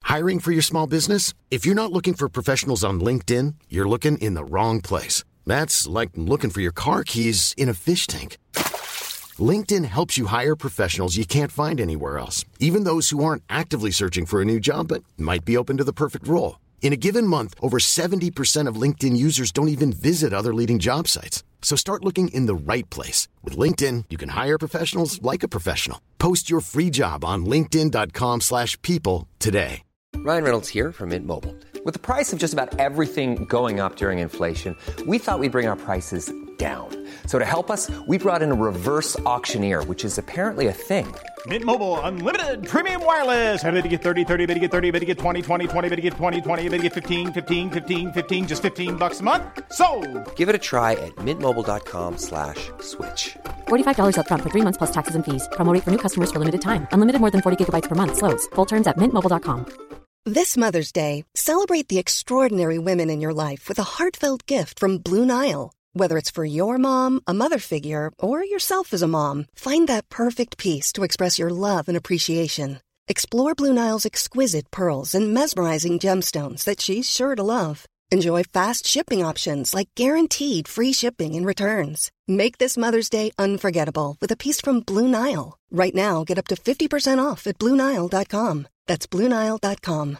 Hiring for your small business? If you're not looking for professionals on LinkedIn, you're looking in the wrong place. That's like looking for your car keys in a fish tank. LinkedIn helps you hire professionals you can't find anywhere else, even those who aren't actively searching for a new job but might be open to the perfect role. In a given month, over 70% of LinkedIn users don't even visit other leading job sites. So start looking in the right place. With LinkedIn, you can hire professionals like a professional. Post your free job on linkedin.com/people today. Ryan Reynolds here from Mint Mobile. With the price of just about everything going up during inflation, we thought we'd bring our prices down. So to help us, we brought in a reverse auctioneer, which is apparently a thing. Mint Mobile Unlimited Premium Wireless. How to get 30, 30, bit to get 30, bit to get 20, 20, 20, bit to get 20, 20, bit to get 15, 15, 15, 15, just $15 a month? Sold! Give it a try at mintmobile.com/switch. $45 up front for 3 months plus taxes and fees. Promo rate for new customers for limited time. Unlimited more than 40 gigabytes per month. Slows full terms at mintmobile.com. This Mother's Day, celebrate the extraordinary women in your life with a heartfelt gift from Blue Nile. Whether it's for your mom, a mother figure, or yourself as a mom, find that perfect piece to express your love and appreciation. Explore Blue Nile's exquisite pearls and mesmerizing gemstones that she's sure to love. Enjoy fast shipping options like guaranteed free shipping and returns. Make this Mother's Day unforgettable with a piece from Blue Nile. Right now, get up to 50% off at BlueNile.com. That's BlueNile.com.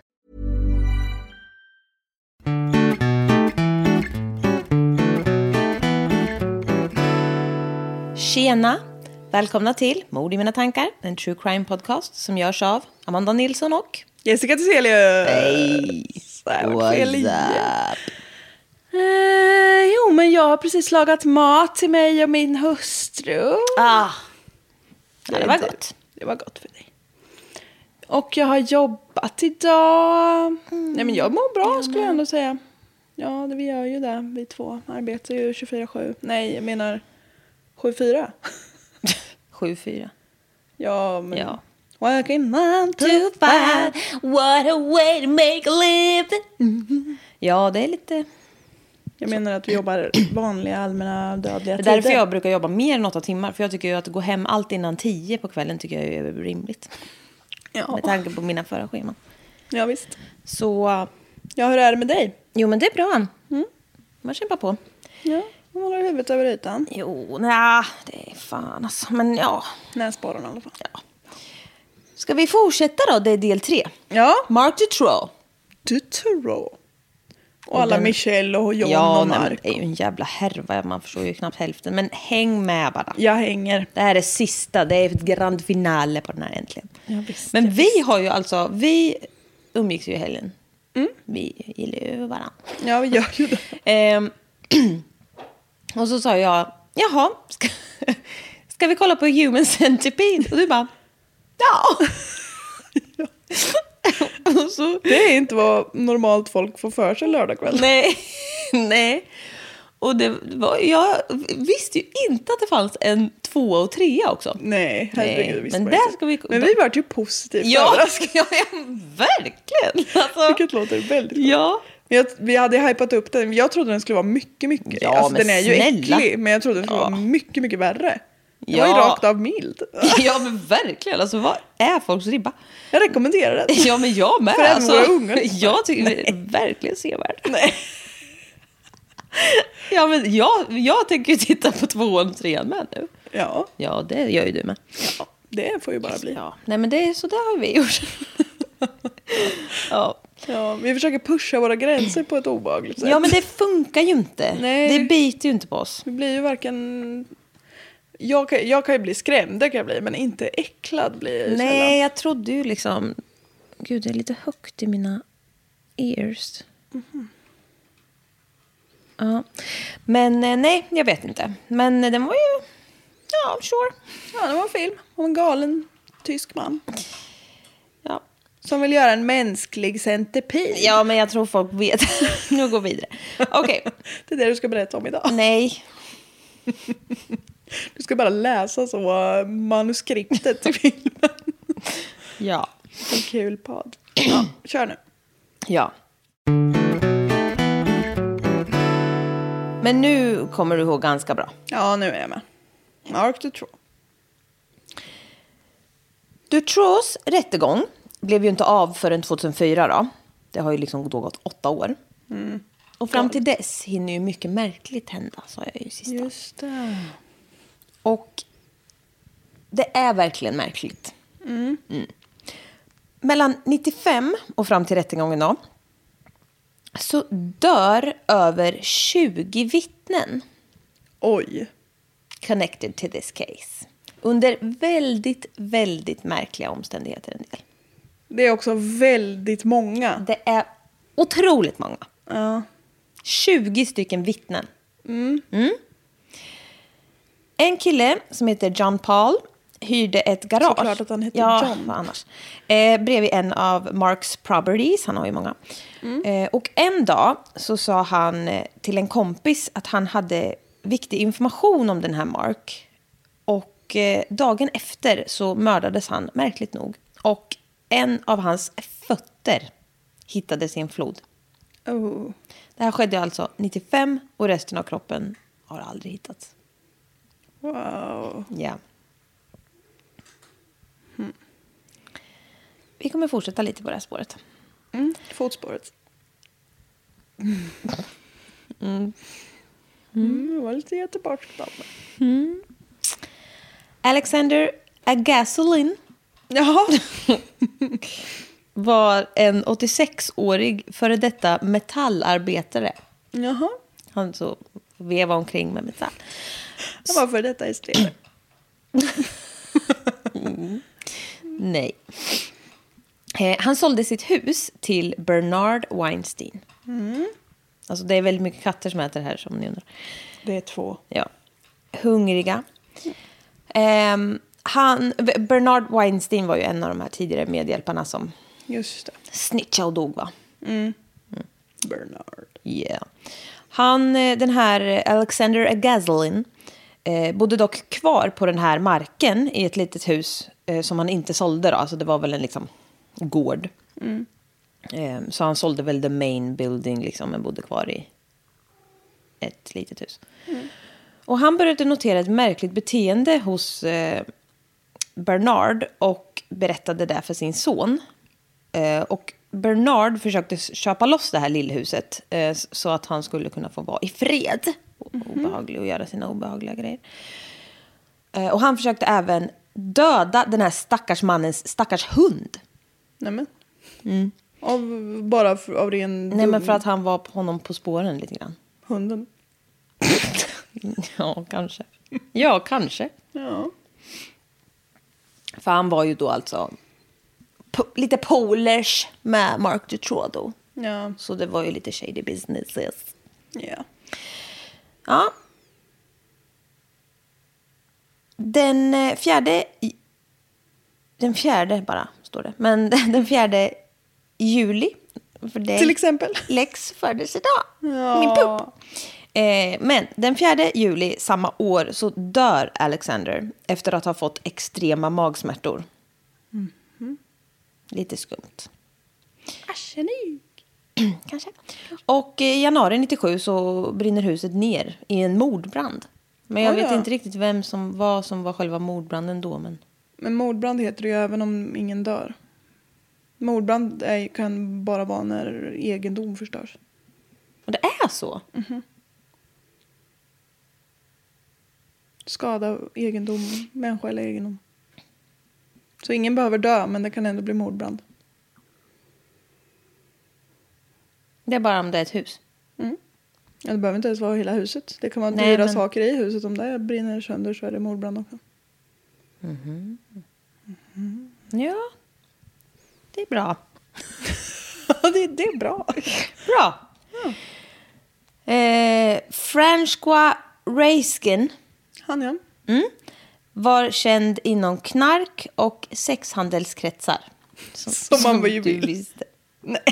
Tjena! Välkomna till Mord i mina tankar, en true crime podcast som görs av Amanda Nilsson och Jessica Theselius. Hej! What's up? Jo, men jag har precis lagat mat till mig och min hustru. Ja, det var gott. Det var gott för dig. Och jag har jobbat idag. Nej, men jag mår bra skulle jag ändå säga. Ja, vi gör ju det. Vi två arbetar ju 24/7. Nej, jag menar 7/4. 7/4. Ja, men... Ja. Working 9 to 5, what a way to make a living. Ja, det är lite... Jag menar att vi jobbar vanliga, allmänna, dödliga tider. Det är därför jag brukar jobba mer än 8 timmar. För jag tycker ju att gå hem allt innan 10 på kvällen tycker jag är rimligt. Ja. Med tanke på mina förra scheman. Ja, visst. Så... Ja, hur är det med dig? Jo, men det är bra. Man kämpar på. Ja, man håller huvudet över ytan. Jo, nej, det är fan alltså. Men ja. Näsborren i alla fall. Ja. Ska vi fortsätta då? Det är del 3. Ja. Mark Dutroux. Och alla Michelle och John och Mark. Det är ju en jävla härva. Man förstår ju knappt hälften. Men häng med bara. Jag hänger. Det här är sista. Det är ett grand finale på den här äntligen. Ja, visst, men vi har ju alltså... Vi umgicks ju i helgen. Vi gillar ju varandra. Ja, vi gör ju det. Och så sa jag... Jaha, ska vi kolla på Human Centipede? Och du bara... Ja. Ja. Och så, det är inte vad normalt folk får för sig lördagkväll. Nej. Och det var, jag visste ju inte att det fanns en 2 och 3 också. Nej, herregud. Men där ska vi... Men vi var ju positivt överraskade. Ja, verkligen. Alltså, vilket låter väldigt bra. Ja. Vi hade hypat upp den. Jag trodde den skulle vara mycket. Ja, alltså, den är ju snälla. äcklig, men jag trodde den skulle vara mycket värre. Det var ju rakt av mild. Ja, men verkligen. Alltså, vad är folks ribba? Jag rekommenderar den. Ja, men jag med. För alltså, våra ungar. Jag tycker det är verkligen sevärd. Nej. Ja, men jag tänker ju titta på 2 och 3 med nu. Ja. Ja, det gör ju du med. Ja, det får ju bara bli. Ja. Nej, men det är så där har vi gjort. Ja, vi försöker pusha våra gränser på ett obehagligt sätt. Ja, men det funkar ju inte. Nej. Det biter ju inte på oss. Vi blir ju varken... Jag kan ju bli skrämd, det kan jag bli, men inte äcklad blir jag ju Nej, sällan. jag trodde ju liksom... Gud, det är lite högt i mina ears. Mm-hmm. Ja. Men nej, jag vet inte. Men den var ju... Ja, sure. Ja, det var en film om en galen tysk man. Ja. Som vill göra en mänsklig centiped. Ja, men jag tror folk vet. Nu går vi vidare. Okej. Det är det du ska berätta om idag. Nej. Du ska bara läsa så manuskriptet till filmen. Ja. En kul podd. Ja, kör nu. Ja. Men nu kommer du ihåg ganska bra. Ja, nu är jag med. Mark Dutroux. Dutroux rättegång blev ju inte av förrän 2004 då. Det har ju liksom då gått 8 år. Och fram till dess hinner ju mycket märkligt hända, sa jag ju sista. Just det. Och det är verkligen märkligt. Mellan 95 och fram till rättegången då, så dör över 20 vittnen. Oj. Connected to this case. Under väldigt, väldigt märkliga omständigheter en del. Det är också väldigt många. Det är otroligt många. Ja. 20 stycken vittnen. En kille som heter John Paul hyrde ett garage. Såklart att han heter John. John. Vad annars. Bredvid en av Marks properties. Han har ju många. Och en dag så sa han till en kompis att han hade viktig information om den här Mark. Och dagen efter så mördades han, märkligt nog. Och en av hans fötter hittades i en flod. Oh. Det här skedde alltså 95 och resten av kroppen har aldrig hittats. Wow. Ja. Vi kommer fortsätta lite på det här spåret. Fotspåret. Det var lite jättebarskt. Alexander Agassiz Jaha. var en 86-årig före detta metallarbetare. Jaha. Han så vevade omkring med metall. Han var för detta i strevet. Nej. Han sålde sitt hus till Bernard Weinstein. Alltså det är väldigt mycket katter som äter här, som ni undrar. Det är 2. Ja. Hungriga. Bernard Weinstein var ju en av de här tidigare medhjälparna som Just det. snitchade och dog, va? Bernard. Yeah. Den här Alexander Agassiz bodde dock kvar på den här marken i ett litet hus som han inte sålde då. Alltså det var väl en liksom gård. Så han sålde väl the main building liksom, men bodde kvar i ett litet hus. Och han började notera ett märkligt beteende hos Bernard och berättade det för sin son. Och Bernard försökte köpa loss det här lillhuset så att han skulle kunna få vara i fred. Obehaglig och göra sina obehagliga grejer. Och han försökte även döda den här stackars mannens stackars hund. Nämen. Bara av ren... Nej, men för att han var på honom på spåren lite grann. Hunden. Ja, kanske. Ja, kanske. Ja. För han var ju då alltså lite polers med Mark Dutroux. Ja. Så det var ju lite shady businesses. Ja. Ja. Den fjärde bara står det. Men den 4 juli. För det Till exempel. Lex födelsedag. Ja. Min pupp. Men den 4 juli samma år så dör Alexander efter att ha fått extrema magsmärtor. Lite skumt. Arsenik. Kanske. Och i januari 97 så brinner huset ner i en mordbrand. Men jag vet inte riktigt vem som var själva mordbranden då. Men mordbrand heter det ju även om ingen dör. Mordbrand kan bara vara när egendom förstörs. Och det är så? Skada egendom, människa eller egendom. Så ingen behöver dö, men det kan ändå bli mordbrand. Det är bara om det är ett hus? Ja, det behöver inte ens vara hela huset. Det kan vara dyra saker i huset. Om det brinner sönder så är det mordbrand också. Ja, det är bra. det är bra. Bra. Ja. François Reisken. Han, ja. Var känd inom knark- och sexhandelskretsar. Som man ju du vill. visste. Nej.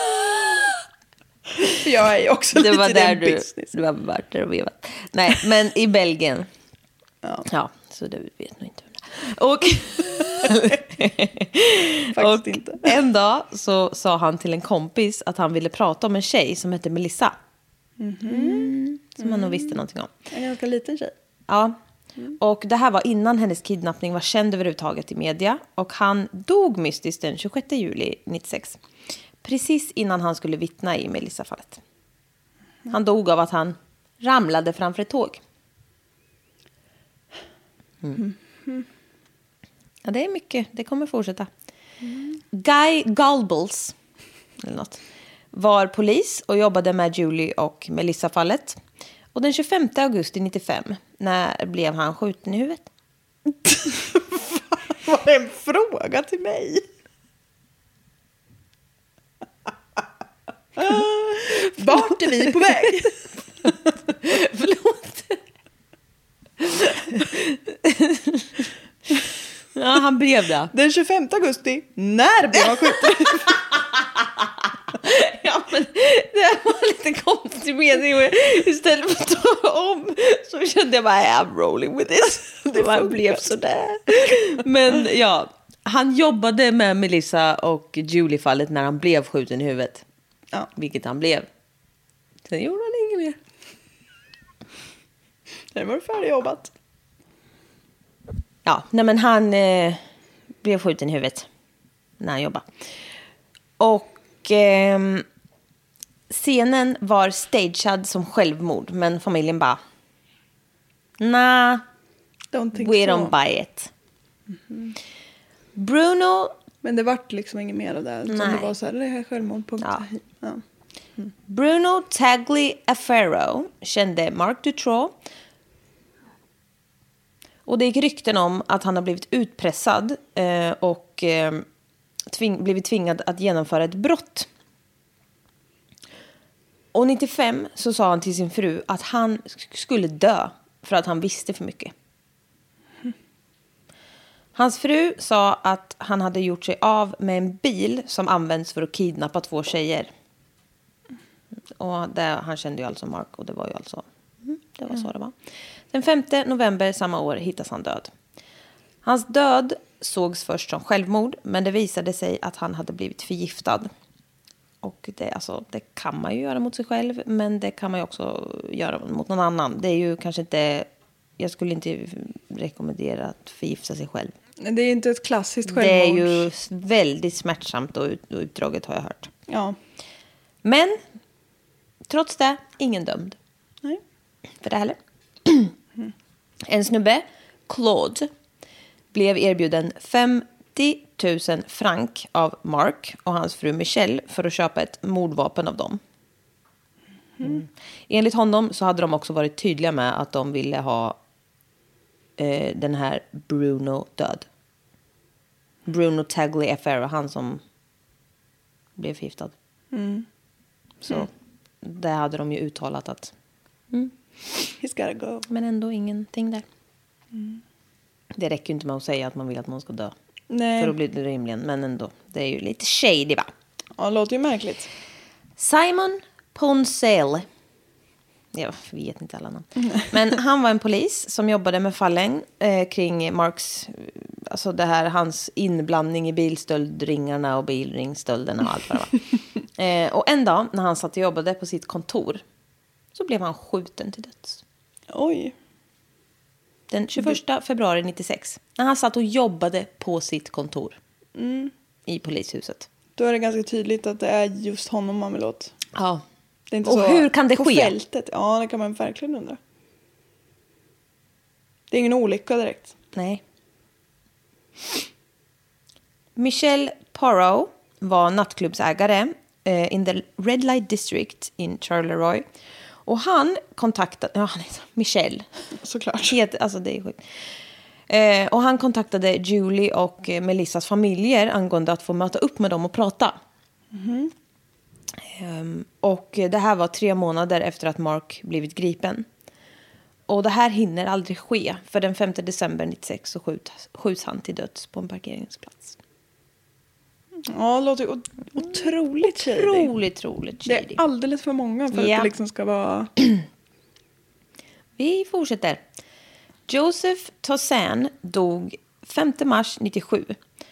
Jag är också det lite var i där den business. du har varit där och vevat. Nej, men i Belgien. Ja, så det vet nog inte. Och, faktiskt inte. En dag så sa han till en kompis att han ville prata om en tjej som hette Melissa. Som han nog visste någonting om. En ganska liten tjej. Ja. Och det här var innan hennes kidnappning var känd överhuvudtaget i media. Och han dog mystiskt den 26 juli 96. Precis innan han skulle vittna i Melissa-fallet. Han dog av att han ramlade framför ett tåg. Ja, det är mycket. Det kommer fortsätta. Guy Galbels eller något, var polis och jobbade med Julie och Melissa-fallet. Och den 25 augusti 95, när blev han skjuten i huvudet? Var det en fråga till mig? Vart är vi på väg? Förlåt. Ja, han blev det. Den 25 augusti, när blev han skjuten? Ja, men det var lite konstig mening. Istället för att ta om så kände jag bara, I'm rolling with this. Det bara blev sådär. Men ja, han jobbade med Melissa och Julie-fallet när han blev skjuten i huvudet. Ja. Vilket han blev. Sen gjorde han inget mer. Det var färdigjobbat. Ja, nej men han blev skjuten i huvudet när han jobbade. Och scenen var stagead som självmord. Men familjen bara, nah, we don't buy it. Bruno... Men det var liksom inget mer av det. Det var så här, det här självmord. Ja. Bruno Tagliaferro kände Mark Dutroux. Och det gick rykten om att han har blivit utpressad och blivit tvingad att genomföra ett brott. Och 95 så sa han till sin fru att han skulle dö för att han visste för mycket. Hans fru sa att han hade gjort sig av med en bil som används för att kidnappa 2 tjejer. Och han kände ju alltså Mark, och det var ju alltså... det var så det var. Den 5 november samma år hittas han död. Hans död sågs först som självmord, men det visade sig att han hade blivit förgiftad. Och det kan man ju göra mot sig själv, men det kan man ju också göra mot någon annan. Det är ju kanske inte... Jag skulle inte rekommendera att förgifta sig själv. Det är inte ett klassiskt självmord. Det är ju väldigt smärtsamt och utdraget, har jag hört. Ja. Men trots det, ingen dömd. Nej. För det heller. En snubbe, Claude, blev erbjuden 50 000 franc av Mark och hans fru Michelle för att köpa ett mordvapen av dem. Enligt honom så hade de också varit tydliga med att de ville ha den här Bruno död. Bruno Tagliaferro, han som blev förgiftad. Så det hade de ju uttalat att... He's gotta go. Men ändå ingenting där. Det räcker ju inte med att säga att man vill att någon ska dö. Nej. För att bli det rimligen. Men ändå, det är ju lite shady, va? Ja, det låter ju märkligt. Simon Poncel. Jag vet inte alla namn. Men han var en polis som jobbade med fallen kring Marks... Alltså det här, hans inblandning i bilstöldringarna och bilringstölderna och allt vad det var. Och en dag när han satt och jobbade på sitt kontor så blev han skjuten till döds. Oj. Den 21 februari 96. När han satt och jobbade på sitt kontor. I polishuset. Då är det ganska tydligt att det är just honom man vill åt. Ja. Det är inte och så hur kan det på ske? Fältet. Ja, det kan man verkligen undra. Det är ingen olycka direkt. Nej. Michelle Porrow var nattklubbsägare in the Red Light District in Charleroi. Och han kontaktade... Ja, han heter Michelle. Såklart. Alltså det är sjukt. Och han kontaktade Julie och Melissas familjer angående att få möta upp med dem och prata. Och det här var 3 månader efter att Mark blivit gripen. Och det här hinner aldrig ske. För den 5 december 96 så skjuts han till döds på en parkeringsplats. Ja, det låter otroligt shady. Otroligt Det shady. är alldeles för många för att det liksom ska vara... Vi fortsätter. Joseph Toussaint dog 5 mars 97.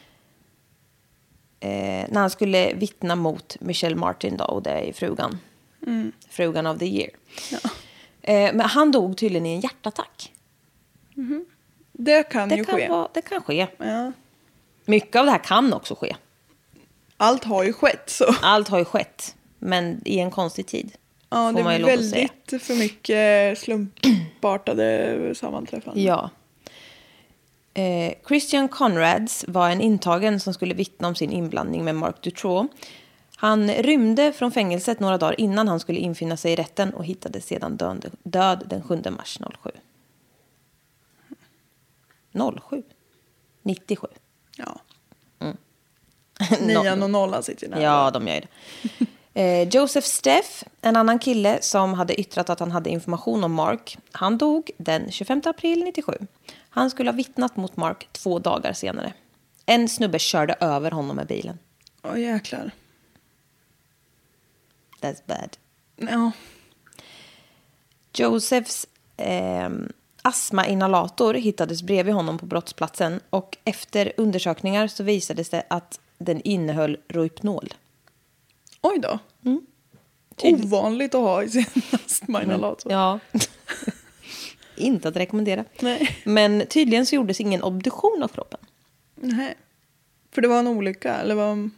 När han skulle vittna mot Michelle Martin då, och det är frugan. Frugan of the year. Ja. Men han dog tydligen i en hjärtattack. Det kan ju ske. Det kan ske. Ja. Mycket av det här kan också ske. Allt har ju skett så. Allt har ju skett, men i en konstig tid. Ja, det är väldigt för mycket slumpartade sammanträffanden. Ja. Christian Conrads var en intagen som skulle vittna om sin inblandning med Mark Dutroux. Han rymde från fängelset några dagar innan han skulle infinna sig i rätten och hittades sedan död den 7 mars 07. 07? 97. Ja. 9 och 0 sitter nära. Ja, de gör det. Joseph Steff, en annan kille som hade yttrat att han hade information om Mark, han dog den 25 april 97. Han skulle ha vittnat mot Mark 2 dagar senare. En snubbe körde över honom med bilen. Åh, jäklar. That's bad. Ja. Josephs astmainhalator hittades bredvid honom på brottsplatsen. Och efter undersökningar så visades det att den innehöll Rohypnol. Oj då. Ovanligt att ha i sin astmainhalator. Ja. Inte att rekommendera. Nej. Men tydligen så gjordes ingen obduktion av kroppen. Nej. För det var en olycka, eller var...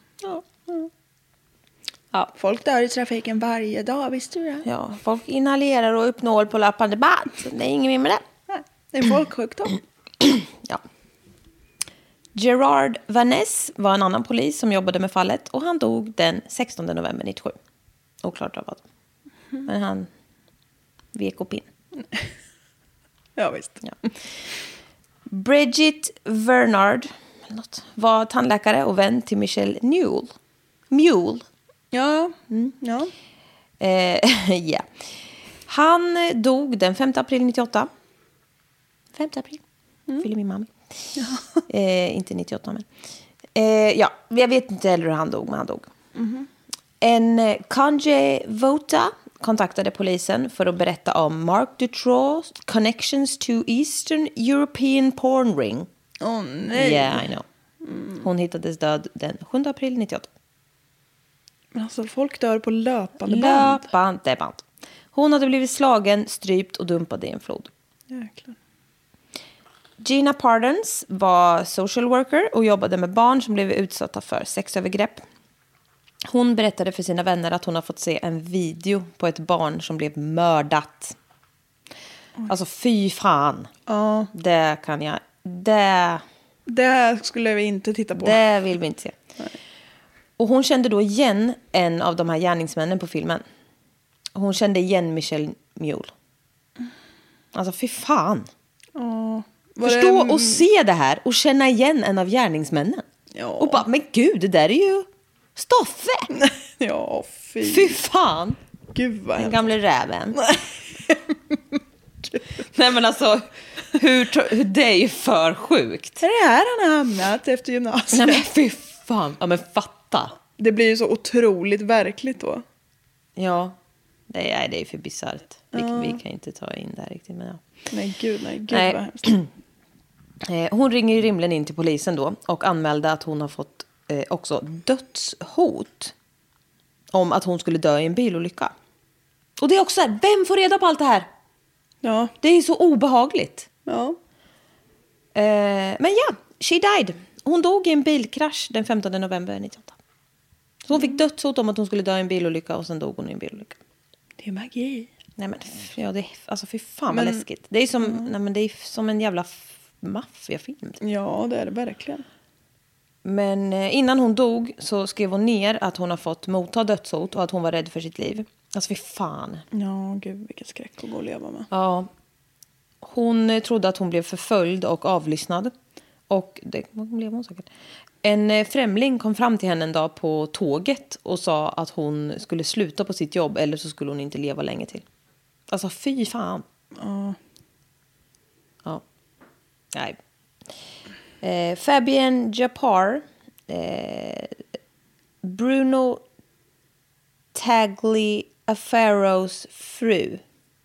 Ja. Folk dör i trafiken varje dag, visste du det? Ja, folk inhalerar och uppnår på löpande band. Det är ingen mer med det. Nej, det är en folksjukdom. Ja. Gerard Vaness var en annan polis som jobbade med fallet. Och han dog den 16 november 97. Oklart av vad. Men han vek upp in. Ja, visst. Ja. Bridget Vernard var tandläkare och vän till Michelle Mule. Ja. Ja. Ja. Han dog den 5 april 98. 5 april. Fyller min mamma. Ja. Inte 98, men. Ja, jag vet inte heller hur han dog, men han dog. En Kanye Vota kontaktade polisen för att berätta om Mark Dutroux connections to Eastern European porn ring. Åh, nej. Yeah, I know. Hon hittades död den 7 april 98. Men alltså, folk dör på löpande band. Hon hade blivit slagen, strypt och dumpad i en flod. Jäklar. Gina Pardons var social worker och jobbade med barn som blev utsatta för sexövergrepp. Hon berättade för sina vänner att hon har fått se en video på ett barn som blev mördat. Alltså fy fan. Ja. Det kan jag... Det skulle vi inte titta på. Det vill vi inte se. Nej. Och hon kände då igen en av de här gärningsmännen på filmen. Hon kände igen Michelle Mule. Alltså fy fan. Ja. Förstå och se det här och känna igen en av gärningsmännen. Ja. Och bara, men gud, det där är ju Stoffe. Ja, fy fan. Gud vad den gamla räven. Nej men alltså, hur det är ju för sjukt. Det är det här han har hamnat efter gymnasiet. Nej men fy fan, ja men fatta. Det blir ju så otroligt verkligt då. Ja, det är ju för bisarrt. Vi kan inte ta in det här riktigt, men ja. Nej gud vad hemskt. Hon ringer ju rimligen in till polisen då och anmälde att hon har fått också dödshot om att hon skulle dö i en bilolycka. Och det är också så här, vem får reda på allt det här? Ja. Det är så obehagligt. Ja. Men ja, she died. Hon dog i en bilkrasch den 15 november 98. Så hon fick dödshot om att hon skulle dö i en bilolycka och sen dog hon i en bilolycka. Det är magi. Nej men ja, det är, alltså fy fan vad läskigt. Det är som, nej, men det är som en jävla maffiafilm. Ja, det är det verkligen. Men innan hon dog så skrev hon ner att hon har fått motta dödshot och att hon var rädd för sitt liv. Alltså fy fan. Ja, gud vilken skräck att gå och leva med. Ja. Hon trodde att hon blev förföljd och avlyssnad. Och det blev hon säkert. En främling kom fram till henne en dag på tåget och sa att hon skulle sluta på sitt jobb eller så skulle hon inte leva länge till. Alltså fy fan. Ja. Ja. Nej. Fabienne Japar, Bruno Tagliaferros fru,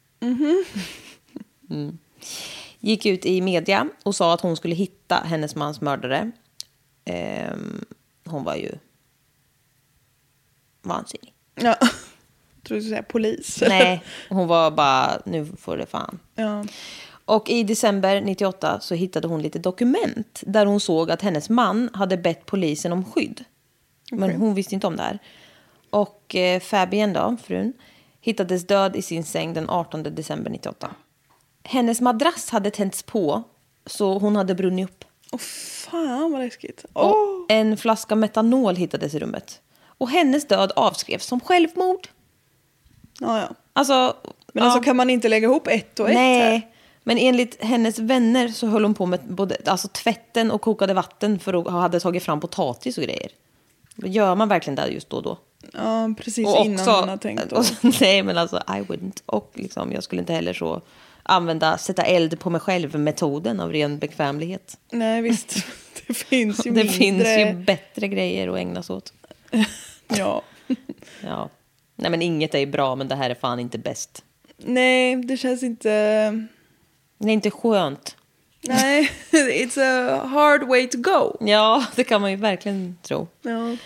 gick ut i media och sa att hon skulle hitta hennes mans mördare. Hon var ju vansinnig. Ja. Jag tror du skulle säga polis. Nej, hon var bara, nu får det fan. Ja. Och i december 98 så hittade hon lite dokument där hon såg att hennes man hade bett polisen om skydd. Men hon visste inte om det här. Och Fabienne då, frun, hittades död i sin säng den 18 december 98. Hennes madrass hade tänts på så hon hade brunnit upp. Fan vad läskigt. Och en flaska metanol hittades i rummet. Och hennes död avskrevs som självmord. Ja. Alltså, men alltså kan man inte lägga ihop ett och ett här? Nej, men enligt hennes vänner så höll hon på med både tvätten och kokade vatten för att hade tagit fram potatis och grejer. Gör man verkligen det just då? Ja, precis och innan också, man har tänkt. Nej, men alltså I wouldn't. Och liksom, jag skulle inte heller så sätta eld på mig själv-metoden av ren bekvämlighet. Nej, visst. Det finns ju det finns ju bättre grejer att ägna sig åt. Ja. Ja. Nej, men inget är bra, men det här är fan inte bäst. Nej, det känns inte... Det är inte skönt. Nej, it's a hard way to go. Ja, det kan man ju verkligen tro. Ja.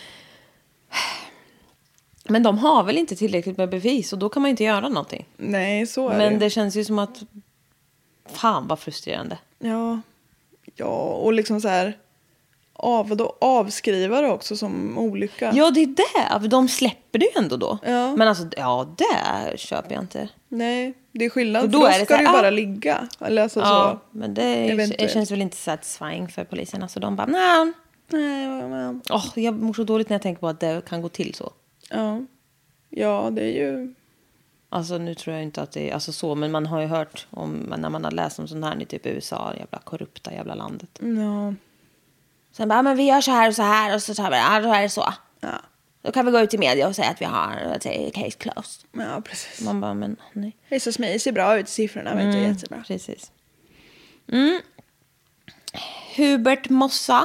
Men de har väl inte tillräckligt med bevis och då kan man inte göra någonting. Nej, så är Men det känns ju som att... Fan, vad frustrerande. Ja, och liksom så här... avskriva det också som olycka. Ja, det är det. De släpper det ju ändå då. Ja. Men alltså, det köper jag inte. Nej, det är skillnad. För då är det ska så det här, ju bara ligga. Eller alltså så. Men det känns väl inte satisfying för polisen. Alltså de bara, nej. Jag mår så dåligt när jag tänker på att det kan gå till så. Ja, det är ju... Alltså nu tror jag inte att det är alltså så, men man har ju hört om när man har läst om sån här i typ USA, jävla korrupta jävla landet. Ja. Sen bara, men vi gör så här och så tar vi då är det så. Ja. Då kan vi gå ut i media och säga att vi har case closed. Ja, precis. Man bara, men nej. Det är så smidigt, ser bra ut i siffrorna, men inte jättebra. Precis. Hubert Mossa.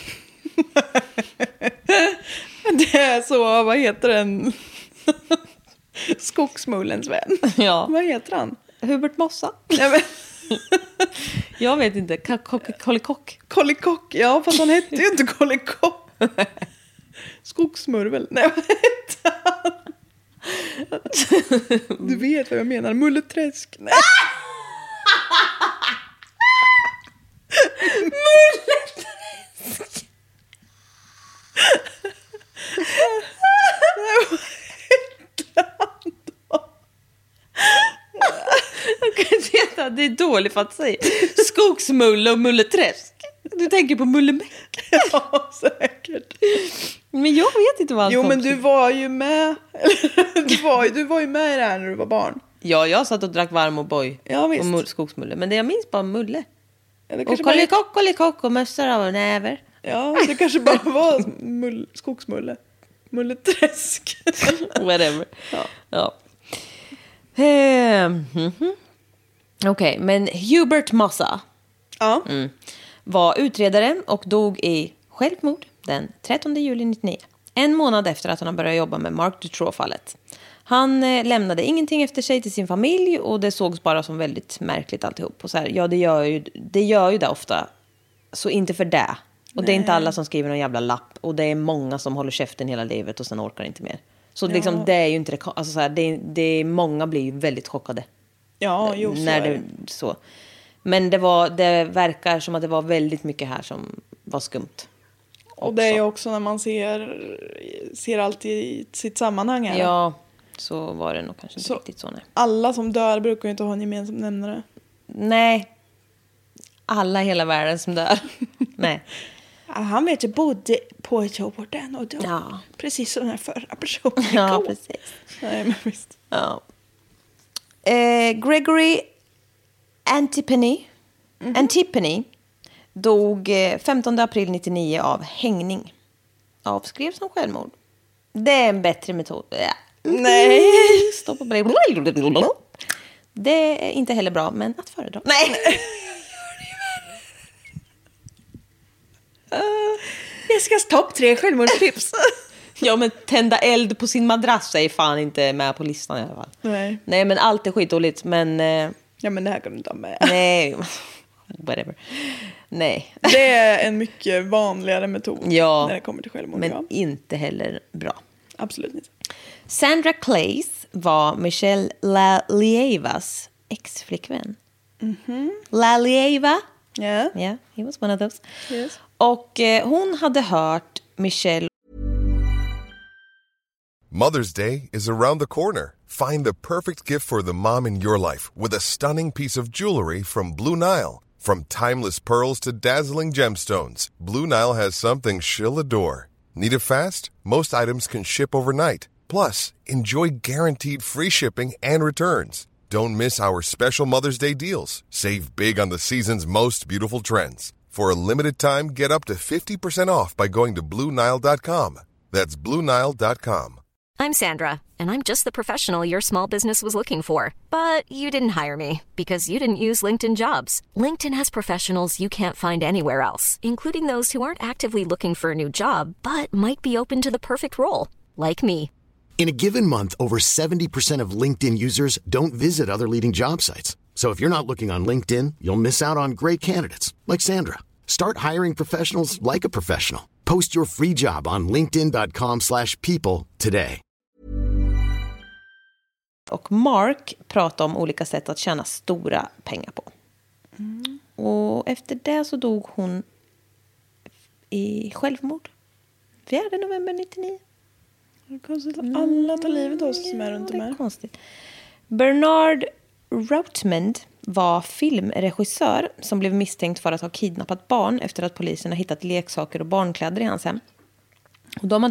Det är så, vad heter den? Skogsmullens vän. Ja. Vad heter han? Hubert Mossa. Ja, men... Jag vet inte. Kollikock. Kollikock, ja, fast han hette ju inte Kollikock. Skogsmurvel. Nej, vad hette han? Du vet vad jag menar. Mulleträsk. Nej. Mulleträsk. Det är dåligt för att säga. Skogsmulle och mulleträsk. Du tänker på Mullemäck. Ja, säkert. Men jag vet inte vad han. Jo, men du var ju med. Du var ju med i det här när du var barn. Ja, jag satt och drack varm och boy. Ja, visst. Och skogsmulle. Men det jag minns bara mulle. Ja, det och kollikock och mössor av näver. Ja, det kanske bara var skogsmulle. Mulleträsk. Whatever. Ja. Okej, men Hubert Mossa var utredare och dog i självmord den 13 juli 1999. En månad efter att han började jobba med Mark Dutroux-fallet. Han lämnade ingenting efter sig till sin familj och det sågs bara som väldigt märkligt alltihop. Och så här, ja, det gör ju det ofta. Så inte för det. Och det är inte alla som skriver någon jävla lapp. Och det är många som håller käften hela livet och sen orkar inte mer. Så liksom, det är ju inte alltså så här, det är många blir ju väldigt chockade. Ja, jo, när det så. Men det verkar som att det var väldigt mycket här som var skumt. Och det är ju också när man ser allt i sitt sammanhang här. Ja, så var det nog kanske inte riktigt så. Nej. Alla som dör brukar ju inte ha en gemensam nämnare. Nej. Alla i hela världen som dör. Nej. Han vet ju bodde på Jorden och dog. Ja. Precis som den här förra personen. Ja, precis. Nej, men visst. Ja. Gregory Antipany dog 15 april 1999 av hängning. Avskrevs som självmord. Det är en bättre metod. Ja. Nej. Stopp och bli. Det är inte heller bra, men att föredra. Nej. Jag ska topp 3 självmordstips. Ja, men tända eld på sin madrass är fan inte med på listan i alla fall. Nej, men allt är skitdåligt, men... Ja, men det här kan du inte ha med. Nej, whatever. Nej. Det är en mycket vanligare metod när det kommer till självmord. Men inte heller bra. Absolut inte. Sandra Clays var Michelle Lievas ex-flickvän. Lalieva. Yeah. Yeah, he was one of those. Yes. Och hon hade hört Michelle. Mother's Day is around the corner. Find the perfect gift for the mom in your life with a stunning piece of jewelry from Blue Nile. From timeless pearls to dazzling gemstones, Blue Nile has something she'll adore. Need it fast? Most items can ship overnight. Plus, enjoy guaranteed free shipping and returns. Don't miss our special Mother's Day deals. Save big on the season's most beautiful trends. For a limited time, get up to 50% off by going to BlueNile.com. That's BlueNile.com. I'm Sandra, and I'm just the professional your small business was looking for. But you didn't hire me because you didn't use LinkedIn Jobs. LinkedIn has professionals you can't find anywhere else, including those who aren't actively looking for a new job, but might be open to the perfect role, like me. In a given month, over 70% of LinkedIn users don't visit other leading job sites. So if you're not looking on LinkedIn, you'll miss out on great candidates like Sandra. Start hiring professionals like a professional. Post your free job on linkedin.com/people today. Och Mark pratade om olika sätt att tjäna stora pengar på. Och efter det så dog hon i självmord. 4 november 99. Det är konstigt att alla tar livet av sig som är runt om det är här. konstigt. Bernard Routmend var filmregissör som blev misstänkt för att ha kidnappat barn efter att polisen har hittat leksaker och barnkläder i hans hem. Och de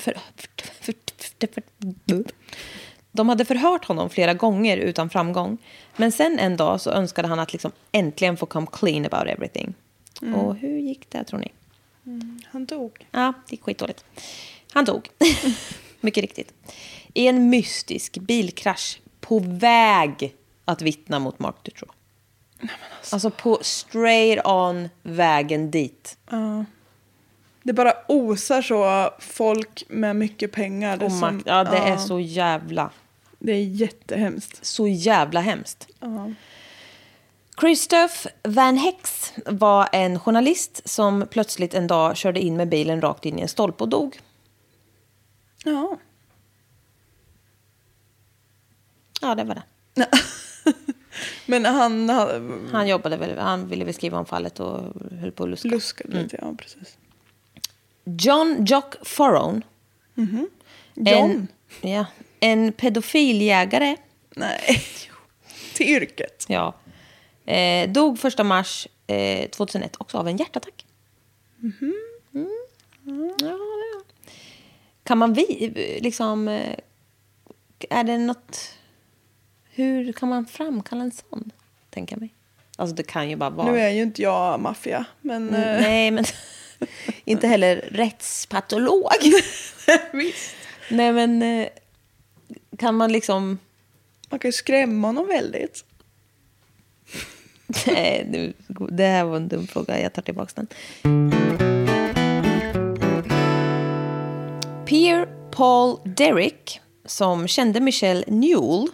hade förhört honom flera gånger utan framgång. Men sen en dag så önskade han att liksom äntligen få come clean about everything. Och hur gick det, tror ni? Han dog. Ja, det gick skitdåligt. Han dog. Mycket riktigt. I en mystisk bilkrasch på väg att vittna mot Mark Dutroux. Alltså på straight on vägen dit. Det bara osar så folk med mycket pengar. Det är så jävla... Det är jättehemskt. Så jävla hemskt. Christoph Van Hex var en journalist som plötsligt en dag körde in med bilen rakt in i en stolpe och dog. Ja. Ja, det var det. Men han jobbade väl, han ville väl skriva om fallet och höll på att luska lite, ja, precis. John Jock Farron. En pedofiljägare. Nej, till yrket. Ja. Dog 1 mars 2001 också av en hjärtattack. Ja. Kan man liksom är det något, hur kan man framkalla en sån, tänker jag mig? Alltså det kan ju bara vara. Nu är ju inte jag maffia, men nej, men inte heller rättspatolog. Visst. Nej, men kan man liksom, man kan ju skrämma honom väldigt. Nej, det här var en dum fråga. Jag tar tillbaka den. Pierre Paul Derrick, som kände Michelle Newell,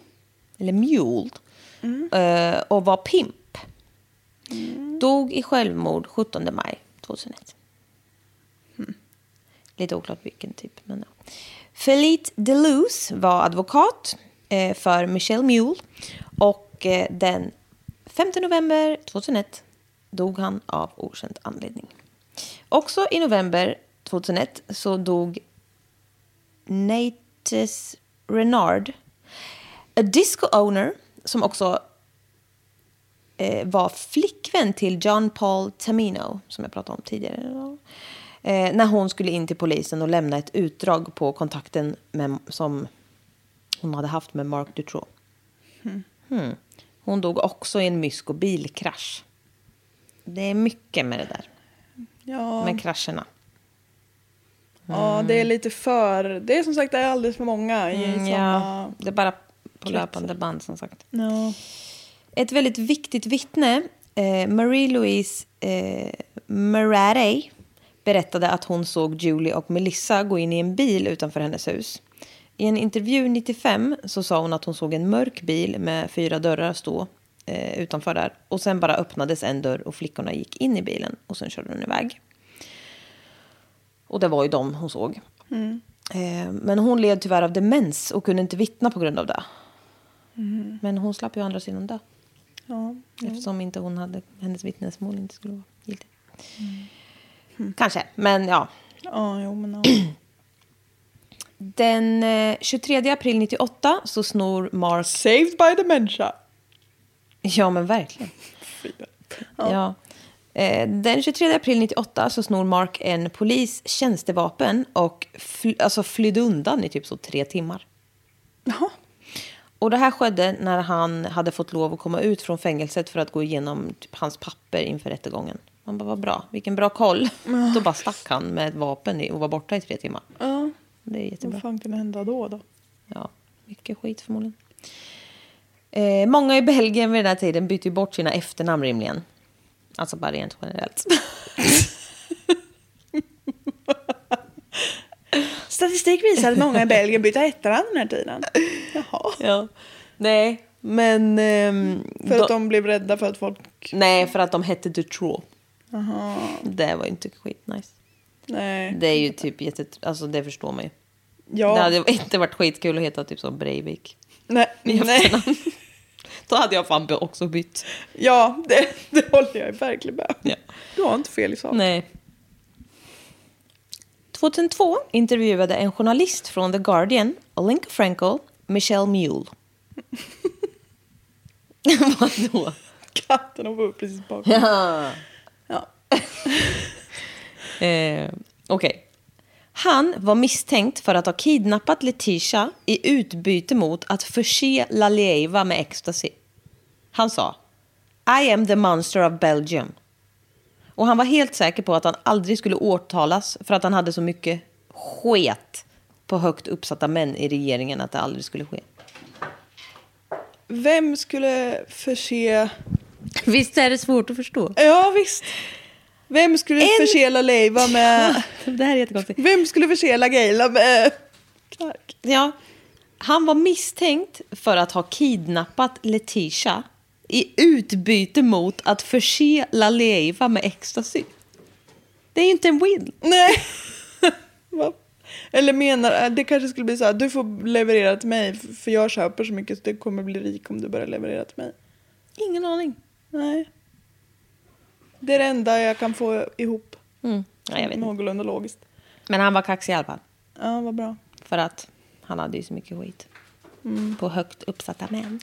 och var pimp, dog i självmord 17 maj 2001. Lite oklart vilken typ, men ja. Felice Deleuze var advokat för Michelle Newell, och den 5 november 2001 dog han av okänd anledning. Också i november 2001 så dog Nates Renard, a disco owner, som också var flickvän till John Paul Tamino, som jag pratade om tidigare. När hon skulle in till polisen och lämna ett utdrag på kontakten som hon hade haft med Mark Dutroux. Hon dog också i en mysko bilkrasch. Det är mycket med det där. Ja. Med krascherna. Ja, det är lite för... Det är som sagt, det är alldeles för många i samma... Ja, det är bara på löpande band, som sagt. Ja. Ett väldigt viktigt vittne, Marie-Louise Murray, berättade att hon såg Julie och Melissa gå in i en bil utanför hennes hus. I en intervju 95 så sa hon att hon såg en mörk bil med 4 dörrar stå utanför där. Och sen bara öppnades en dörr och flickorna gick in i bilen och sen körde hon iväg. Och det var ju dem hon såg. Men hon led tyvärr av demens och kunde inte vittna på grund av det. Men hon slapp ju andra sidan dö. Ja. Eftersom inte hennes vittnesmål inte skulle vara giltigt. Kanske, men ja. Ja, jo, men Den 23 april 98 så snor Mark... Saved by dementia. Ja, men verkligen. Ja. Den 23 april 98 så snor Mark en polis tjänstevapen och flydde undan i typ så 3 timmar. Jaha. Och det här skedde när han hade fått lov att komma ut från fängelset för att gå igenom typ hans papper inför rättegången. Man bara, vad bra, vilken bra koll. Då bara stack han med ett vapen och var borta i 3 timmar. Ja. Det är jättebra. Vad fan kan hända då? Ja, mycket skit förmodligen. Många i Belgien vid den här tiden bytte bort sina efternamn rimligen. Alltså bara rent generellt. Statistik visar att många i Belgien byter efternamn den här tiden. Jaha. Ja. Nej, men... för att de blev rädda för att folk... Nej, för att de hette Dutroux. Aha. Det var ju inte skitnice. Nej. Det är ju typ alltså det förstår man ju. Ja. Det hade inte varit skitkul att heta typ så Breivik. Nej. Då hade jag fan också bytt. Ja, det håller jag verkligen med. Ja. Du har inte fel i sak. Nej. 2002 intervjuade en journalist från The Guardian, Alinka Frankel, Michelle Mule. Vadå? Katten var upp precis bakom. Ja. Okej. Han var misstänkt för att ha kidnappat Letitia i utbyte mot att förse Lalieva med ecstasy. Han sa: I am the monster of Belgium. Och han var helt säker på att han aldrig skulle åtalas för att han hade så mycket sket på högt uppsatta män i regeringen att det aldrig skulle ske. Vem skulle förse... Visst är det svårt att förstå? Ja, visst. Vem skulle förse Lalieva med... Det här är jättekonstigt. Vem skulle förse Lalieva med knark? Ja, han var misstänkt för att ha kidnappat Letitia i utbyte mot att förse Lalieva med ecstasy. Det är ju inte en win. Nej. Eller menar, det kanske skulle bli så här: du får leverera till mig för jag köper så mycket så det kommer bli rik om du börjar leverera till mig. Ingen aning. Nej. Det är det enda jag kan få ihop. Ja, jag vet. Någorlunda logiskt. Men han var kaxig i alla fall. Ja, vad bra. För att han hade ju så mycket skit. På högt uppsatta män.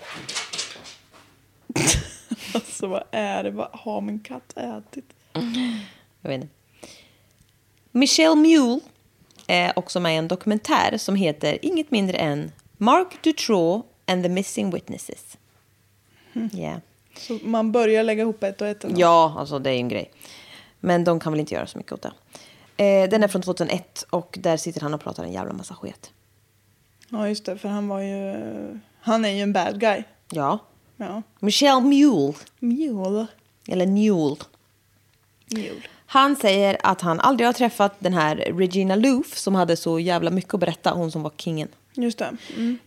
Alltså vad är det? Vad har min katt ätit? Jag vet inte. Michelle Mule är också med i en dokumentär som heter inget mindre än Mark Dutroux and the Missing Witnesses. Yeah. Så man börjar lägga ihop ett och ett? Eller? Ja, alltså det är en grej. Men de kan väl inte göra så mycket åt det. Den är från 2001 och där sitter han och pratar en jävla massa skit. Ja, just det. För han är ju en bad guy. Ja. Ja. Michelle Mule. Mule. Eller Newell. Han säger att han aldrig har träffat den här Regina Louf som hade så jävla mycket att berätta. Hon som var kingen. Just det.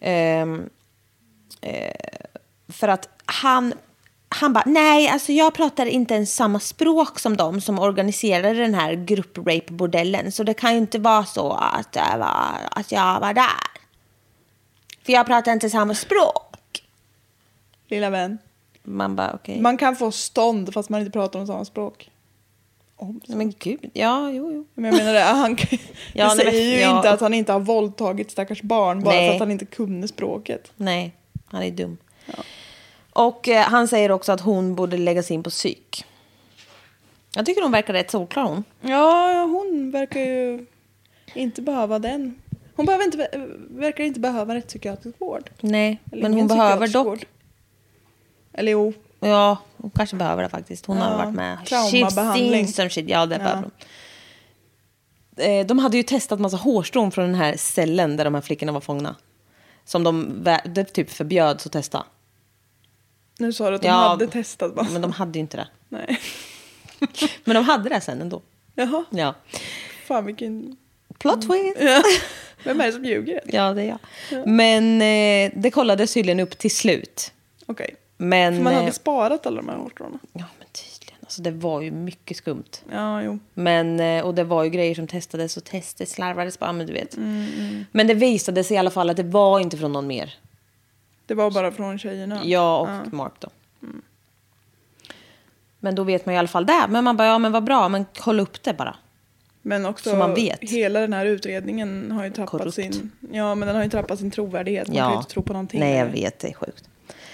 För att han bara, nej, alltså jag pratar inte ens samma språk som de som organiserade den här grupprape-bordellen. Så det kan ju inte vara så att jag var där. För jag pratar inte samma språk. Lilla vän. Man bara, okej. Man kan få stånd fast man inte pratar om samma språk. Men gud, ja, jo. Men jag menar det, han det säger ju inte att han inte har våldtagit stackars barn bara för att han inte kunde språket. Nej, han är dum. Ja. Och han säger också att hon borde läggas in på psyk. Jag tycker hon verkar rätt solklar hon. Ja, hon verkar ju inte behöva den. Hon verkar inte behöva rättspsykiatrisk vård. Nej, men hon behöver dock. Vård. Eller jo. Ja, hon kanske behöver det faktiskt. Hon har varit med. Traumabehandling. Ja, det behöver hon. De hade ju testat massa hårstrån från den här cellen där de här flickorna var fångna. Som de typ förbjöds att testa. Nu sa du att de hade testat massa. Men de hade ju inte det. Nej. Men de hade det sen ändå. Jaha. Ja. Fan vilken... Plot twist. Ja. Vem är det som ljuger? Ja, det är jag. Ja. Men det kollades tydligen upp till slut. Okej. Men för man hade sparat alla de här hårstråna. Ja, men tydligen. Alltså det var ju mycket skumt. Ja, jo. Men, och det var ju grejer som testades och slarvades bara, men du vet. Men det visade sig i alla fall att det var inte från någon mer. Det var bara från tjejerna? Ja, och Mark då. Men då vet man i alla fall det. Men man bara, ja men vad bra, men kolla upp det bara. Men också så man vet. Hela den här utredningen har ju tappat Korrupt. sin... Ja, men den har ju tappat sin trovärdighet. Man kan ju inte tro på någonting. Nej, jag vet, det är sjukt.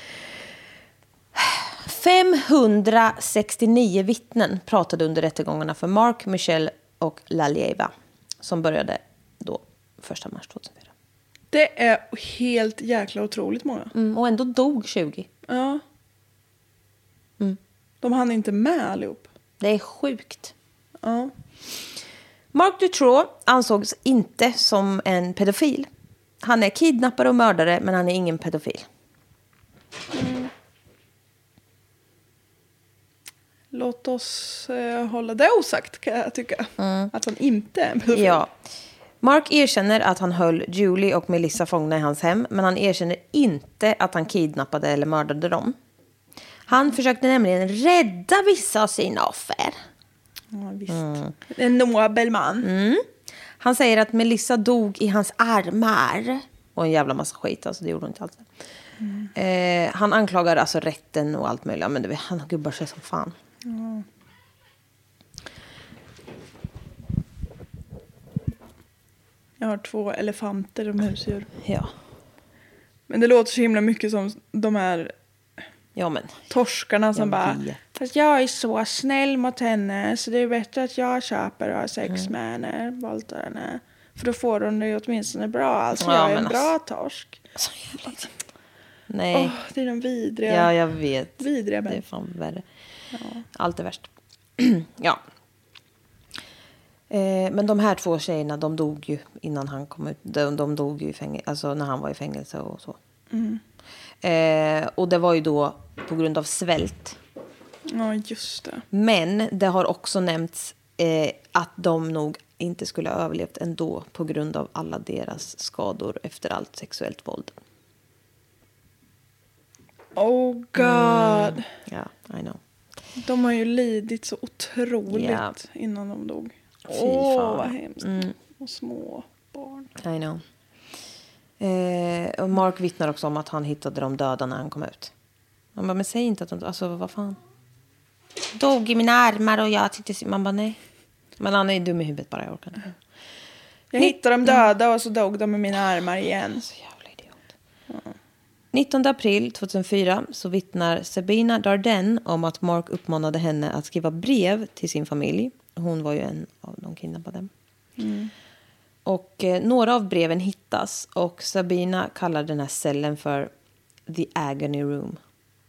569 vittnen pratade under rättegångarna för Mark, Michelle och Lalieva. Som började då 1 mars 2004. Det är helt jäkla otroligt många. Och ändå dog 20. Ja. De hann inte med allihop. Det är sjukt. Ja. Mark Dutroux ansågs inte som en pedofil. Han är kidnappare och mördare, men han är ingen pedofil. Låt oss hålla det osagt, kan jag tycka. Att han inte är en pedofil. Ja. Mark erkänner att han höll Julie och Melissa fångna i hans hem, men han erkänner inte att han kidnappade eller mördade dem. Han försökte nämligen rädda vissa av sina offer. Ja, visst. En nobel man. Han säger att Melissa dog i hans armar. Och en jävla massa skit, alltså det gjorde hon inte alls. Han anklagar alltså rätten och allt möjligt. Men han gubbar sig som fan. Jag har 2 elefanter och husdjur. Ja. Men det låter så himla mycket som de här torskarna som bara... Fast jag är så snäll mot henne, så det är bättre att jag köper och har sex med henne, våldtar henne. För då får hon det åtminstone bra. Alltså jag är en bra torsk. Så jävla... Nej. Det är de vidriga. Ja, jag vet. Vidriga det är fan värre. Ja. Allt är värst. Ja. Men de här 2 tjejerna, de dog ju innan han kom ut. De dog ju i fängelse, alltså när han var i fängelse och så. Och det var ju då på grund av svält. Ja, just det. Men det har också nämnts att de nog inte skulle ha överlevt ändå på grund av alla deras skador efter allt sexuellt våld. Oh God. Ja, I know. De har ju lidit så otroligt innan de dog. Åh, vad hemskt. Och små barn. I know. Och Mark vittnar också om att han hittade dem döda när han kom ut. Man bara, men säg inte att de... Alltså, vad fan? Dog i mina armar och jag tyckte... Man bara, nej. Men han är dum i huvudet bara, jag orkar inte. Jag hittade dem döda och så dog de i mina armar igen. Så jävla idiot. 19 april 2004 så vittnar Sabina Darden om att Mark uppmanade henne att skriva brev till sin familj. Hon var ju en av de kidnappade. Och några av breven hittas. Och Sabina kallar den här cellen för The Agony Room.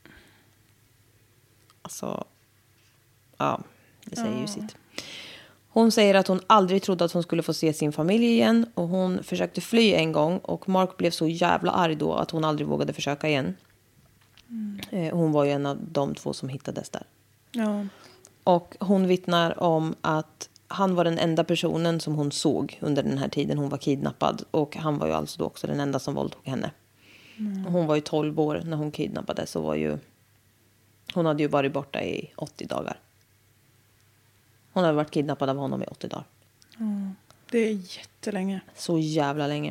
Alltså, ja, det säger ju sitt. Hon säger att hon aldrig trodde att hon skulle få se sin familj igen. Och hon försökte fly en gång. Och Mark blev så jävla arg då att hon aldrig vågade försöka igen. Hon var ju en av de 2 som hittades där. Ja. Och hon vittnar om att han var den enda personen som hon såg under den här tiden hon var kidnappad. Och han var ju alltså då också den enda som våldtog henne. Hon var ju 12 år när hon kidnappades. Så var ju, hon hade ju varit borta i 80 dagar. Hon hade varit kidnappad av honom i 80 dagar. Det är jättelänge. Så jävla länge.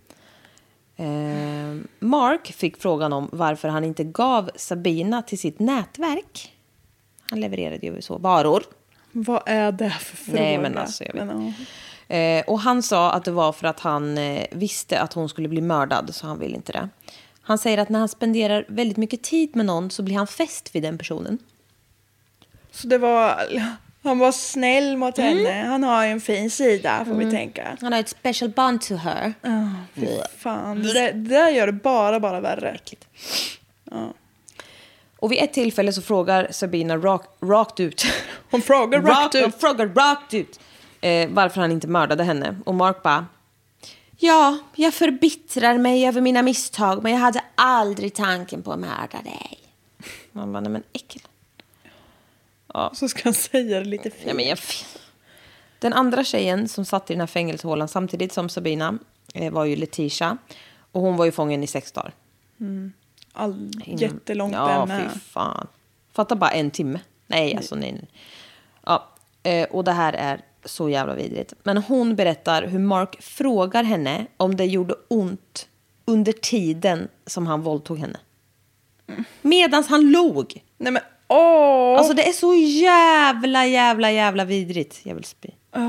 Mark fick frågan om varför han inte gav Sabina till sitt nätverk. Han levererade ju så varor. Vad är det för fråga? Nej, men alltså, jag vet. Och han sa att det var för att han visste att hon skulle bli mördad, så han ville inte det. Han säger att när han spenderar väldigt mycket tid med någon så blir han fäst vid den personen. Så det var... Han var snäll mot henne. Han har ju en fin sida, får vi tänka. Han har ett special bond to her. Fan, det där gör det bara värre. Äckligt. Ja. Och vid ett tillfälle så frågar Sabina rakt ut. Hon frågar rakt ut. Varför han inte mördade henne. Och Mark bara... Ja, jag förbittrar mig över mina misstag. Men jag hade aldrig tanken på att mörda dig. Man bara, nej men äckligt. Ja. Så ska han säga det lite fint. Ja, men den andra tjejen som satt i den här fängelsehålan samtidigt som Sabina var ju Letitia. Och hon var ju fången i 6 dagar. Jättelångt ja, fy fan. Fatta bara 1 timme. Nej, alltså nej. Ja, och det här är så jävla vidrigt. Men hon berättar hur Mark frågar henne om det gjorde ont under tiden som han våldtog henne. Medans han log. Nej men, åh! Alltså det är så jävla vidrigt. Jag vill spy.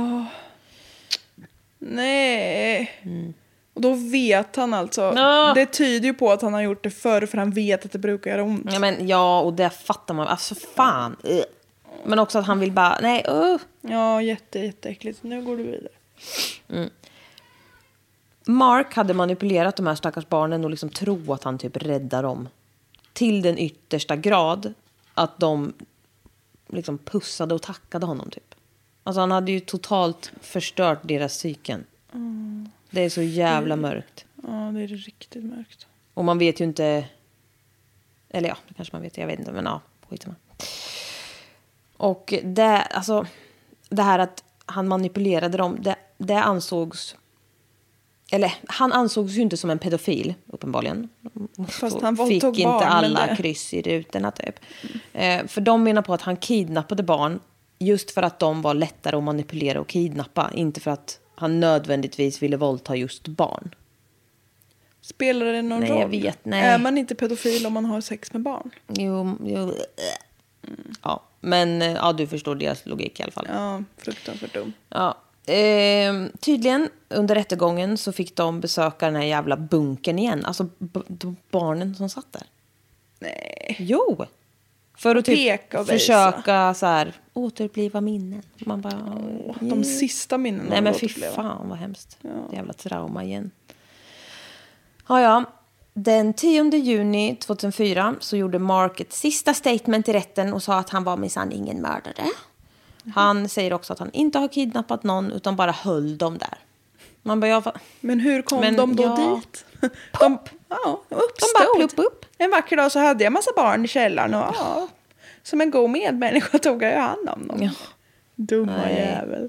Nej. Och då vet han alltså. Det tyder ju på att han har gjort det förr, för han vet att det brukar göra ont. Ja, och det fattar man. Alltså fan. Men också att han vill bara, nej. Ja, jätteäckligt. Nu går du vidare. Mark hade manipulerat de här stackars barnen och liksom tro att han typ räddar dem. Till den yttersta grad att de liksom pussade och tackade honom typ. Alltså han hade ju totalt förstört deras psyken. Det är så jävla mörkt. Ja, det är riktigt mörkt. Och man vet ju inte... Eller ja, det kanske man vet. Jag vet inte, men ja, skit man. Och det, alltså, det här att han manipulerade dem, det ansågs... Eller han ansågs ju inte som en pedofil, uppenbarligen. Fast han våldtog barn. Fick inte alla kryss i rutorna typ. För de menar på att han kidnappade barn just för att de var lättare att manipulera och kidnappa. Inte för att han nödvändigtvis ville våldta just barn. Spelar det någon roll? Jag vet, nej. Är man inte pedofil om man har sex med barn? Jo. Ja, men ja, du förstår deras logik i alla fall. Ja, fruktansvärt dum. Ja. Tydligen under rättegången så fick de besöka den här jävla bunkern igen. Alltså barnen som satt där. Nej. Jo. För att typ försöka så här återuppliva minnen. Man bara, de sista minnen. Nej men fy fan vad hemskt. Jävla trauma igen. Ja. Den 10 juni 2004 så gjorde Mark ett sista statement i rätten och sa att han var minsann ingen mördare. Han säger också att han inte har kidnappat någon utan bara höll dem där. Man bara, men hur kom de då dit? De uppstod. De bara upp. En vacker dag så hade jag massa barn i källaren och som en god medmänniska tog jag hand om dem. Ja. Dumma jävel.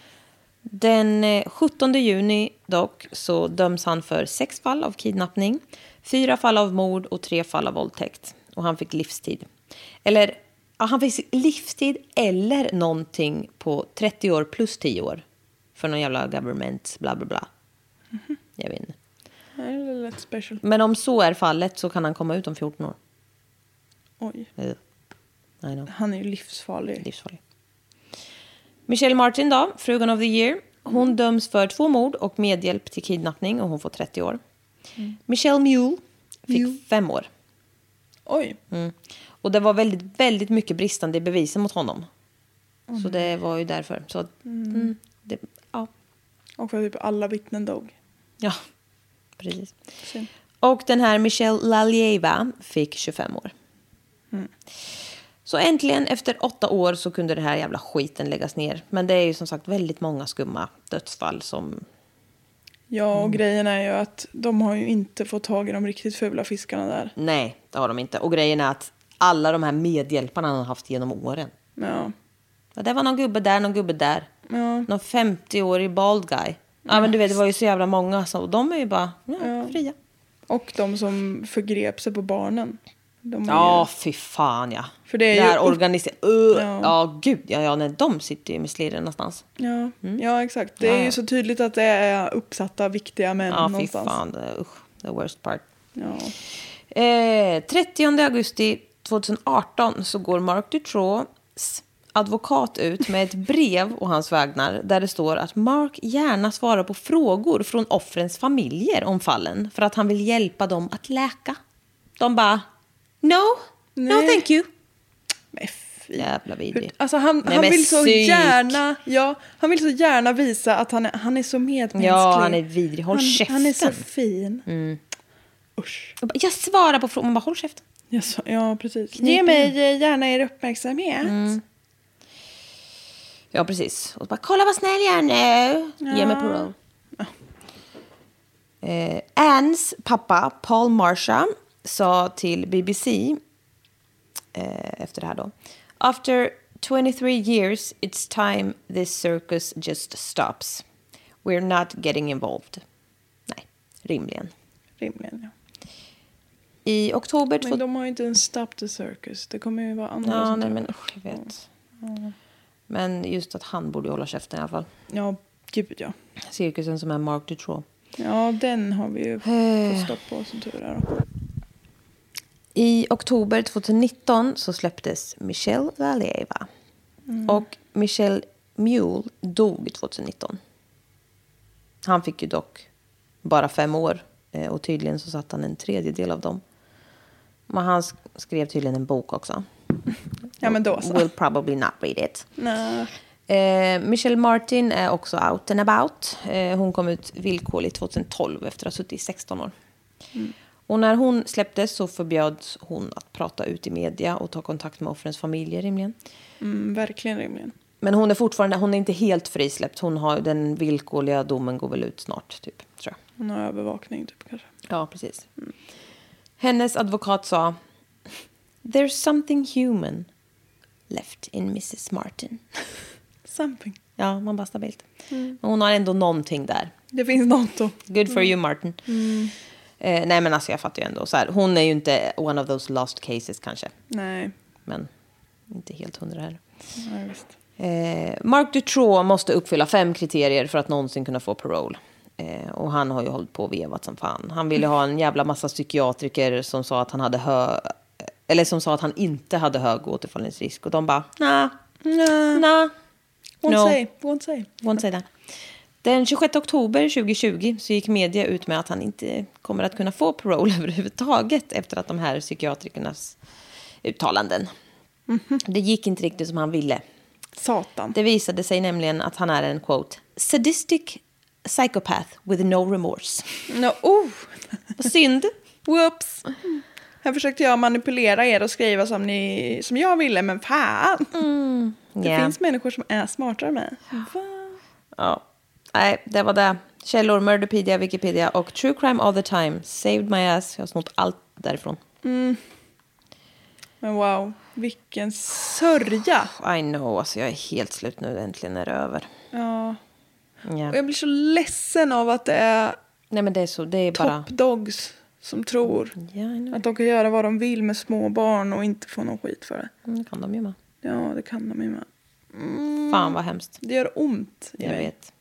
Den 17 juni dock så döms han för 6 fall av kidnappning, 4 fall av mord och 3 fall av våldtäkt. Och han fick livstid. Eller... Ja, han fick livstid eller någonting på 30 år plus 10 år. För någon jävla government, bla bla bla. Jag vet inte. Det är lite special. Men om så är fallet så kan han komma ut om 14 år. Oj. I know. Han är ju livsfarlig. Michelle Martin då, frugan of the year. Hon döms för 2 mord och medhjälp till kidnappning och hon får 30 år. Michelle Mule fick 5 år. Oj. Och det var väldigt, väldigt mycket bristande bevisen mot honom. Så det var ju därför. Så, ja. Och för typ alla vittnen dog. Ja, precis. Och den här Michelle Lalieva fick 25 år. Så äntligen efter 8 år så kunde det här jävla skiten läggas ner. Men det är ju som sagt väldigt många skumma dödsfall som... Ja, och grejen är ju att de har ju inte fått tag i de riktigt fula fiskarna där. Nej, det har de inte. Och grejen är att alla de här medhjälparna han har haft genom åren. Ja. Det var någon gubbe där, någon gubbe där. Ja. Någon 50-årig bald guy. Ja, men du vet, det var ju så jävla många. Så de är ju bara fria. Och de som förgrep sig på barnen. Fy fan, ja. För det är det här ju gud. Nej, de sitter ju med slirren någonstans. Ja, ja exakt. Det är ju så tydligt att det är uppsatta, viktiga män någonstans. Ja, fy fan. The worst part. Ja. 30 augusti 2018 så går Mark Dutroux advokat ut med ett brev och hans vägnar där det står att Mark gärna svarar på frågor från offrens familjer om fallen för att han vill hjälpa dem att läka. De bara, no thank you. Men jävla vidrig. Alltså han vill så gärna, han vill så gärna visa att han är så medmänsklig. Ja, han är vidrig. Håll käften. Han är så fin. Usch. Jag svarar på frågor, man bara håll käften. Ja, precis. Ge mig gärna er uppmärksamhet. Ja, precis. Och bara, kolla vad snäll jag är nu. Ge mig parole. Annes pappa, Paul Marsha, sa till BBC efter det här då. After 23 years, it's time this circus just stops. We're not getting involved. Nej, rimligen, ja. I oktober... Men de har ju inte en stop the circus. Det kommer ju vara andra men jag vet. Men just att han borde hålla käften i alla fall. Ja, gud ja. Cirkusen som är Mark Dutroux. Ja, den har vi ju fått stopp på som tur är då. I oktober 2019 så släpptes Michelle Valieva. Och Michelle Mule dog 2019. Han fick ju dock bara 5 år. Och tydligen så satt han en tredjedel av dem. Men han skrev tydligen en bok också. Ja, men då så. Will probably not read it. Nej. Michelle Martin är också out and about. Hon kom ut villkorligt 2012 efter att ha suttit i 16 år. Och när hon släpptes så förbjöds hon att prata ut i media och ta kontakt med offrens familjer rimligen. Verkligen rimligen. Men hon är inte helt frisläppt. Hon har den villkorliga domen går väl ut snart typ, tror jag. Hon har övervakning typ kanske. Ja, precis. Hennes advokat sa: "There's something human left in Mrs. Martin." Something. Ja, man bara stabilt. Men hon har ändå någonting där. Det finns något då. Good for you, Martin. Nej, men alltså jag fattar ju ändå. Så här, hon är ju inte one of those lost cases kanske. Nej. Men inte helt 100 heller. Nej, visst. Mark Dutroux måste uppfylla 5 kriterier för att någonsin kunna få parole. Och han har ju hållit på och vevat som fan. Han ville ha en jävla massa psykiatriker som sa att han hade som sa att han inte hade hög återfallsrisk. Och de bara, nah. Won't say that. Den 26 oktober 2020 så gick media ut med att han inte kommer att kunna få parole överhuvudtaget efter att de här psykiatrikernas uttalanden. Det gick inte riktigt som han ville. Satan. Det visade sig nämligen att han är en, quote, sadistic psychopath with no remorse. Vad synd. Whoops. Här försökte jag manipulera er och skriva som jag ville, men fan. Det finns människor som är smartare än mig. Ja. Nej, det var det. Källor, Murderpedia, Wikipedia och True Crime All the Time. Saved my ass. Jag har snott allt därifrån. Men wow, vilken sörja. I know, alltså jag är helt slut nu. Äntligen är det över. Ja. Yeah. Och jag blir så ledsen av att det är, nej, men det är bara top dogs som tror att de kan göra vad de vill med små barn och inte få någon skit för det. Det kan de ju med. Ja, det kan de ju med. Fan vad hemskt. Det gör ont i jag mig. Vet.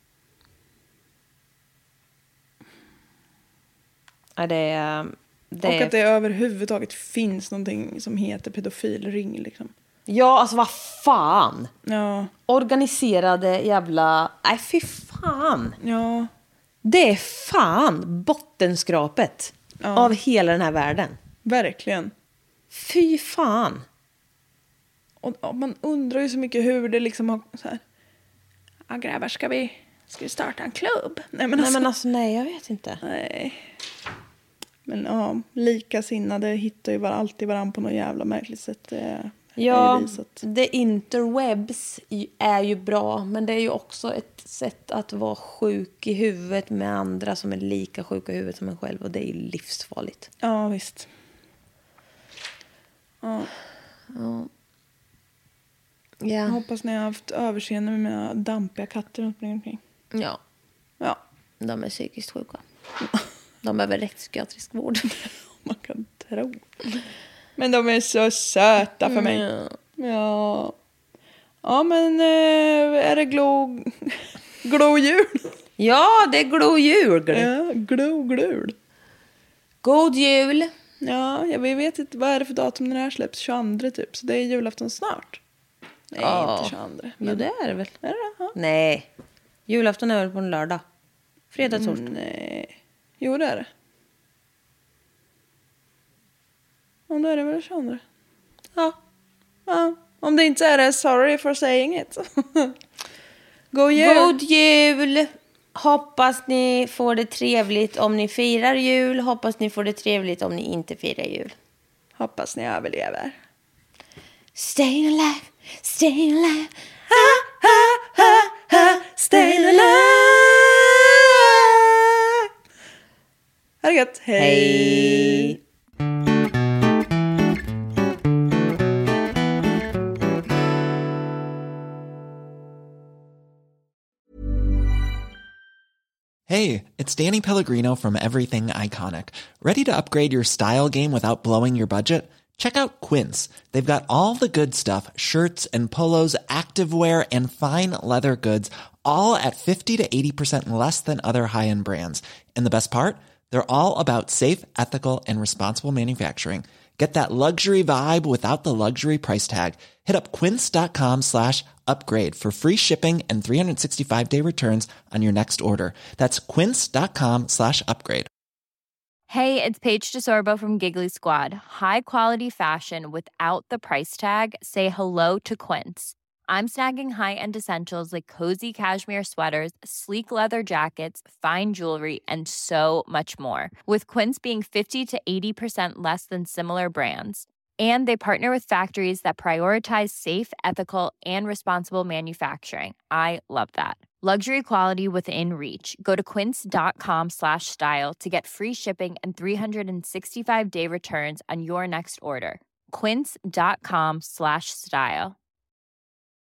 Ja, och att det överhuvudtaget finns någonting som heter pedofilring liksom. Ja, alltså vad fan. Ja. Organiserade jävla... Nej, fy fan. Ja. Det är fan bottenskrapet av hela den här världen. Verkligen. Fy fan. Och man undrar ju så mycket hur det liksom har så här. Ja, grabbar, ska vi starta en klubb? Nej, jag vet inte. Nej. Men ja, likasinnade hittar ju alltid varandra på något jävla märkligt sätt. Ja, det interwebs är ju bra, men det är ju också ett sätt att vara sjuk i huvudet med andra som är lika sjuka i huvudet som en själv, och det är ju livsfarligt. Ja, visst. Ja. Jag hoppas ni har haft överseende med mina dampiga katter runt omkring. Ja. De är psykiskt sjuka. De behöver rättspsykiatrisk vård. Man kan tro. Men de är så söta för mig. Ja. Ja, men är det glojul? Ja, det är glojul. Ja, glojul. God jul. Ja, vi vet inte vad är det för datum den här släpps. 22 typ. Så det är julafton snart. Nej, inte 22. Jo, det är det väl. Är det? Ja. Nej. Julafton är väl på en lördag. Fredag, torsdag. Nej. Jo, det är det. Om det är det väl 22. Ja. Om det inte är det, sorry for saying it. God jul. God jul. Hoppas ni får det trevligt om ni firar jul. Hoppas ni får det trevligt om ni inte firar jul. Hoppas ni överlever. Stay alive. Stay alive. Stay alive. Ha det gött. Hej. Hey, it's Danny Pellegrino from Everything Iconic. Ready to upgrade your style game without blowing your budget? Check out Quince. They've got all the good stuff, shirts and polos, activewear and fine leather goods, all at 50 to 80% less than other high-end brands. And the best part? They're all about safe, ethical, and responsible manufacturing. Get that luxury vibe without the luxury price tag. Hit up quince.com/upgrade for free shipping and 365-day returns on your next order. That's quince.com/upgrade. Hey, it's Paige DeSorbo from Giggly Squad. High quality fashion without the price tag. Say hello to Quince. I'm snagging high-end essentials like cozy cashmere sweaters, sleek leather jackets, fine jewelry, and so much more. With Quince being 50 to 80% less than similar brands. And they partner with factories that prioritize safe, ethical, and responsible manufacturing. I love that. Luxury quality within reach. Go to quince.com/style to get free shipping and 365-day returns on your next order. Quince.com/style.